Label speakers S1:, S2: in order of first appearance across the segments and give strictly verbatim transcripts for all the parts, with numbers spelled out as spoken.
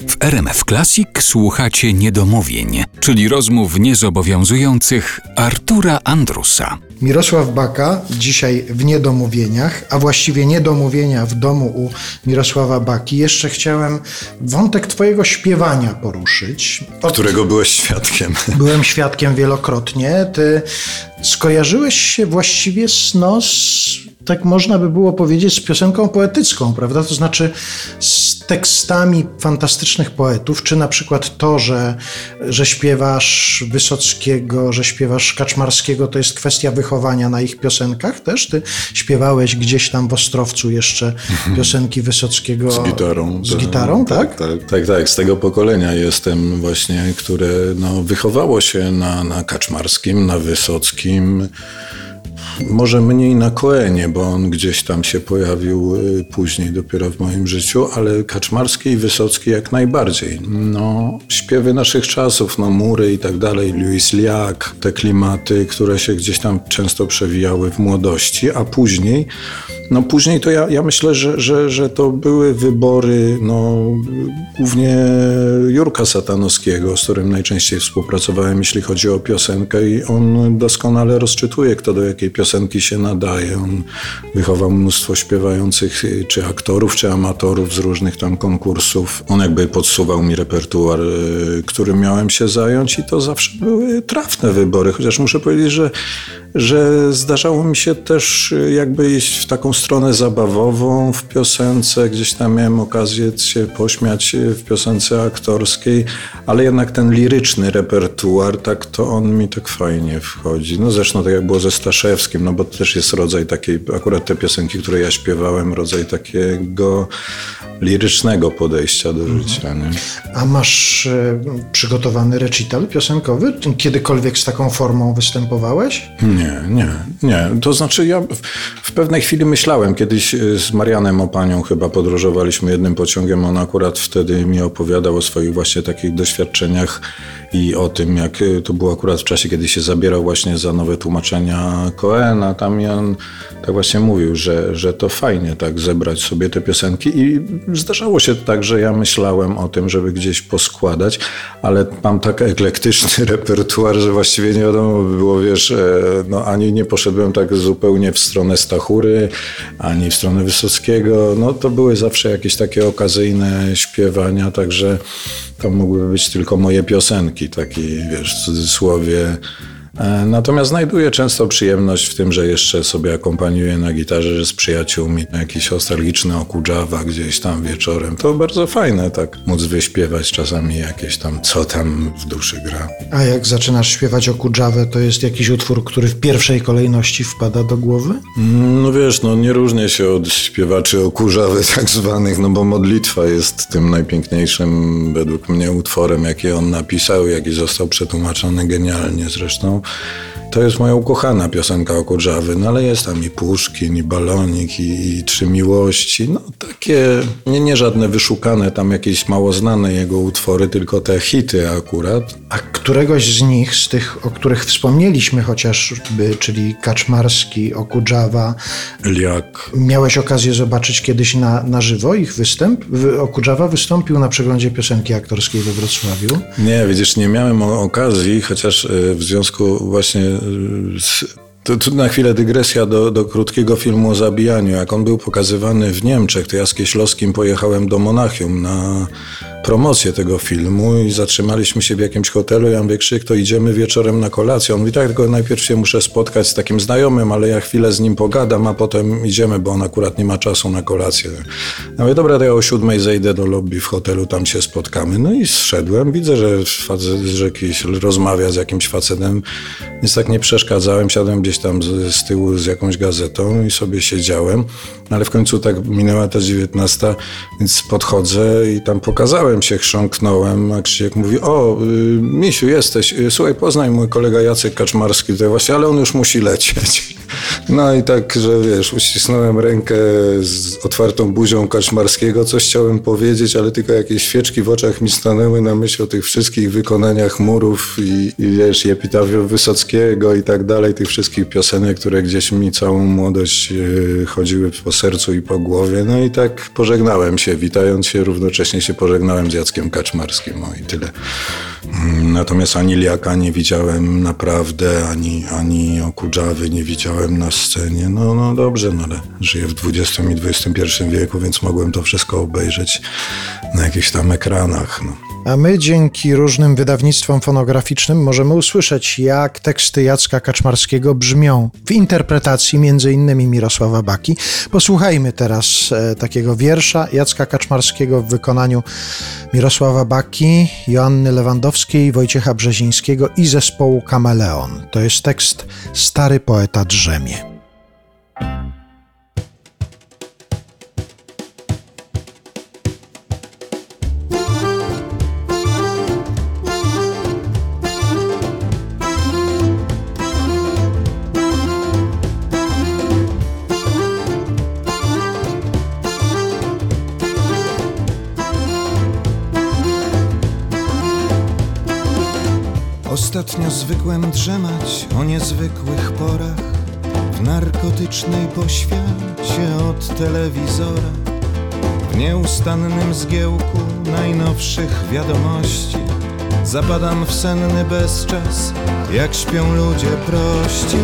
S1: W R M F Classic słuchacie niedomówień, czyli rozmów niezobowiązujących Artura Andrusa.
S2: Mirosław Baka dzisiaj w Niedomówieniach, a właściwie Niedomówienia w domu u Mirosława Baki. Jeszcze chciałem wątek twojego śpiewania poruszyć.
S3: Od... Którego byłeś świadkiem.
S2: Byłem świadkiem wielokrotnie. Ty skojarzyłeś się właściwie z, no, z, tak można by było powiedzieć, z piosenką poetycką, prawda? To znaczy z tekstami fantastycznych poetów, czy na przykład to, że, że śpiewasz Wysockiego, że śpiewasz Kaczmarskiego, to jest kwestia wychowania na ich piosenkach też? Ty śpiewałeś gdzieś tam w Ostrowcu jeszcze piosenki Wysockiego
S3: z gitarą.
S2: Z gitarą, tak?
S3: Tak, tak, tak, tak. Z tego pokolenia jestem właśnie, które no, wychowało się na, na Kaczmarskim, na Wysockim. Może mniej na Koenie, bo on gdzieś tam się pojawił później dopiero w moim życiu, ale Kaczmarski i Wysocki jak najbardziej. No, śpiewy naszych czasów, no Mury i tak dalej, Louis Liak, te klimaty, które się gdzieś tam często przewijały w młodości, a później, no później to ja, ja myślę, że, że, że to były wybory, no głównie Jurka Satanowskiego, z którym najczęściej współpracowałem, jeśli chodzi o piosenkę, i on doskonale rozczytuje, kto do jakiej piosenki się nadaje. On wychował mnóstwo śpiewających, czy aktorów, czy amatorów z różnych tam konkursów. On jakby podsuwał mi repertuar, którym miałem się zająć, i to zawsze były trafne wybory, chociaż muszę powiedzieć, że, że zdarzało mi się też jakby iść w taką stronę zabawową w piosence, gdzieś tam miałem okazję się pośmiać w piosence aktorskiej, ale jednak ten liryczny repertuar, tak to on mi tak fajnie wchodzi. No zresztą tak jak było ze Staszewskim, no bo to też jest rodzaj takiej, akurat te piosenki, które ja śpiewałem, rodzaj takiego lirycznego podejścia do życia. Nie? A
S2: masz e, przygotowany recital piosenkowy? Kiedykolwiek z taką formą występowałeś?
S3: Nie, nie, nie. To znaczy ja w, w pewnej chwili myślałem, kiedyś z Marianem Opanią chyba podróżowaliśmy jednym pociągiem, on akurat wtedy mi opowiadał o swoich właśnie takich doświadczeniach i o tym, jak to było akurat w czasie, kiedy się zabierał właśnie za nowe tłumaczenia Koena. Tam i on tak właśnie mówił, że, że to fajnie tak zebrać sobie te piosenki, i zdarzało się tak, że ja myślałem o tym, żeby gdzieś poskładać, ale mam tak eklektyczny repertuar, że właściwie nie wiadomo by było, wiesz, no ani nie poszedłem tak zupełnie w stronę Stachury, ani w stronę Wysockiego. No to były zawsze jakieś takie okazyjne śpiewania, także to mogły być tylko moje piosenki, takie, wiesz, w cudzysłowie. Natomiast znajduję często przyjemność w tym, że jeszcze sobie akompaniuję na gitarze z przyjaciółmi jakiś nostalgiczny Okudżawa gdzieś tam wieczorem. To bardzo fajne tak móc wyśpiewać czasami jakieś tam, co tam w duszy gra.
S2: A jak zaczynasz śpiewać Okudżawę, to jest jakiś utwór, który w pierwszej kolejności wpada do głowy?
S3: No wiesz, no nie różnię się od śpiewaczy Okudżawy tak zwanych, no bo Modlitwa jest tym najpiękniejszym według mnie utworem, jaki on napisał, jaki został przetłumaczony genialnie zresztą. To jest moja ukochana piosenka Okudżawy, no ale jest tam i Puszkin, i Balonik, i, i Trzy Miłości, no takie, nie, nie żadne wyszukane tam jakieś mało znane jego utwory, tylko te hity akurat.
S2: A któregoś z nich, z tych, o których wspomnieliśmy chociażby, czyli Kaczmarski, Okudżawa,
S3: Liak.
S2: Miałeś okazję zobaczyć kiedyś na, na żywo ich występ? Okudżawa wystąpił na przeglądzie piosenki aktorskiej we Wrocławiu.
S3: Nie, widzisz, nie miałem okazji, chociaż w związku właśnie To, to na chwilę dygresja do, do krótkiego filmu o zabijaniu. Jak on był pokazywany w Niemczech, to ja z Kieślowskim pojechałem do Monachium na promocję tego filmu i zatrzymaliśmy się w jakimś hotelu. Ja mówię: Krzyk, to idziemy wieczorem na kolację. On mówi: tak, tylko najpierw się muszę spotkać z takim znajomym, ale ja chwilę z nim pogadam, a potem idziemy, bo on akurat nie ma czasu na kolację. Ja mówię: dobra, to ja o siódmej zejdę do lobby w hotelu, tam się spotkamy. No i zszedłem, widzę, że facet, że jakiś rozmawia z jakimś facetem, więc tak nie przeszkadzałem, siadłem gdzieś tam z, z tyłu z jakąś gazetą i sobie siedziałem, ale w końcu tak minęła ta dziewiętnasta, więc podchodzę i tam pokazałem się, chrząknąłem, a Krzysiek mówi: o, y, Misiu, jesteś, słuchaj, poznaj mój kolega Jacek Kaczmarski tutaj właśnie, ale on już musi lecieć. No i tak, że wiesz, uścisnąłem rękę z otwartą buzią Kaczmarskiego, coś chciałem powiedzieć, ale tylko jakieś świeczki w oczach mi stanęły na myśl o tych wszystkich wykonaniach murów i, i wiesz, i epitafiów Wysockiego i tak dalej, tych wszystkich piosenek, które gdzieś mi całą młodość yy, chodziły po sercu i po głowie. No i tak pożegnałem się, witając się, równocześnie się pożegnałem z Jackiem Kaczmarskim, o i tyle. Natomiast ani Liaka nie widziałem naprawdę, ani, ani Okudżawy nie widziałem na scenie. No, no dobrze, no ale żyję w dwudziestym i dwudziestym pierwszym wieku, więc mogłem to wszystko obejrzeć na jakichś tam ekranach. No.
S2: A my dzięki różnym wydawnictwom fonograficznym możemy usłyszeć, jak teksty Jacka Kaczmarskiego brzmią w interpretacji między innymi Mirosława Baki. Posłuchajmy teraz e, takiego wiersza Jacka Kaczmarskiego w wykonaniu Mirosława Baki, Joanny Lewandowskiej, Wojciecha Brzezińskiego i zespołu Kameleon. To jest tekst Stary poeta drzemie.
S4: Ostatnio zwykłem drzemać o niezwykłych porach w narkotycznej poświacie od telewizora, w nieustannym zgiełku najnowszych wiadomości. Zapadam w senny bezczas, jak śpią ludzie prości.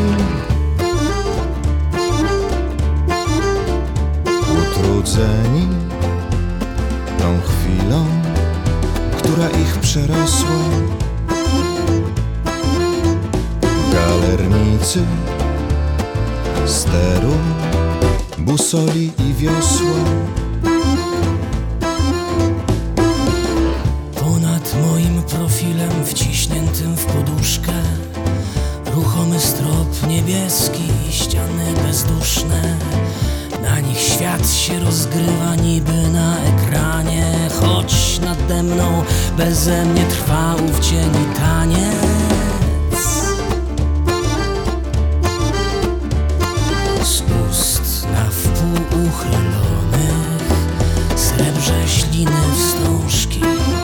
S4: Utrudzeni tą chwilą, która ich przerosła, galernicy steru, busoli i wiosła.
S5: Ponad moim profilem wciśniętym w poduszkę ruchomy strop niebieski, ściany bezduszne. Na nich świat się rozgrywa niby na ekranie, choć nade mną beze mnie trwa ów cieni taniec. Uchylonych srebrze śliny wstążki,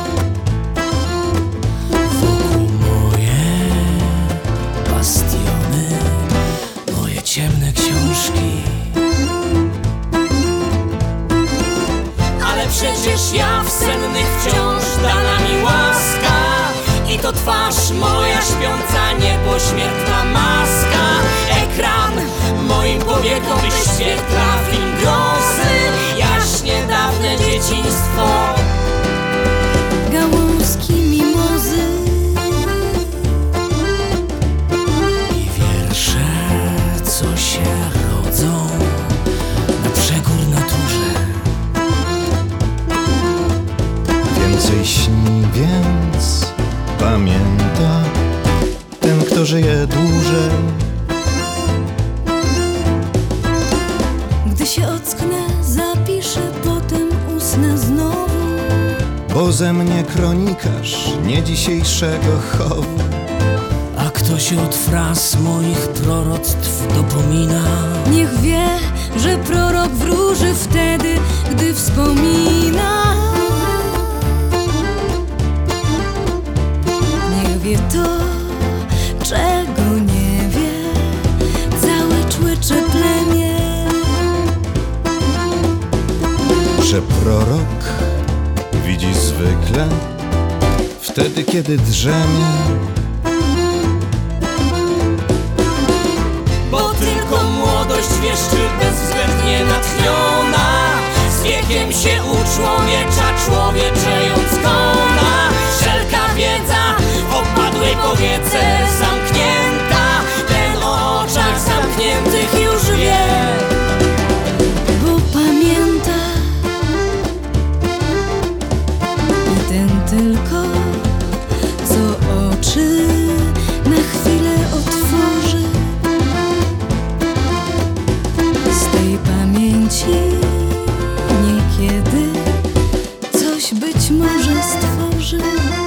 S5: wokół moje bastiony, moje ciemne książki. Ale przecież ja w sennych wciąż dana mi łaska i to twarz moja śpiąca, niepośmiertna maska. Ekran moim powiekom wyświetla film grozy, jaśnie dawne dzieciństwo,
S6: gałązki mimozy
S5: i wiersze, co się rodzą na przekór naturze.
S4: Więcej śni, więc pamięta ten, kto żyje dłużej.
S6: Gdy się ocknę, zapiszę, potem usnę znowu.
S4: Bo ze mnie kronikarz nie dzisiejszego chowu.
S5: A kto się od fraz moich proroctw dopomina?
S6: Niech wie, że prorok wróży wtedy, gdy wspomina. Niech wie to, czego nie wie całe człycze plemię.
S4: Że prorok widzi zwykle wtedy, kiedy drzemie.
S5: Bo tylko młodość wieszczy bezwzględnie natchniona, z wiekiem się uczłowiecza, człowieczejąc kona. Wszelka wiedza w opadłej powiece zamknięta, ten o oczach zamkniętych już wie.
S6: Bo pamięta i ten tylko, co oczy na chwilę otworzy. Z tej pamięci niekiedy coś być może stworzy.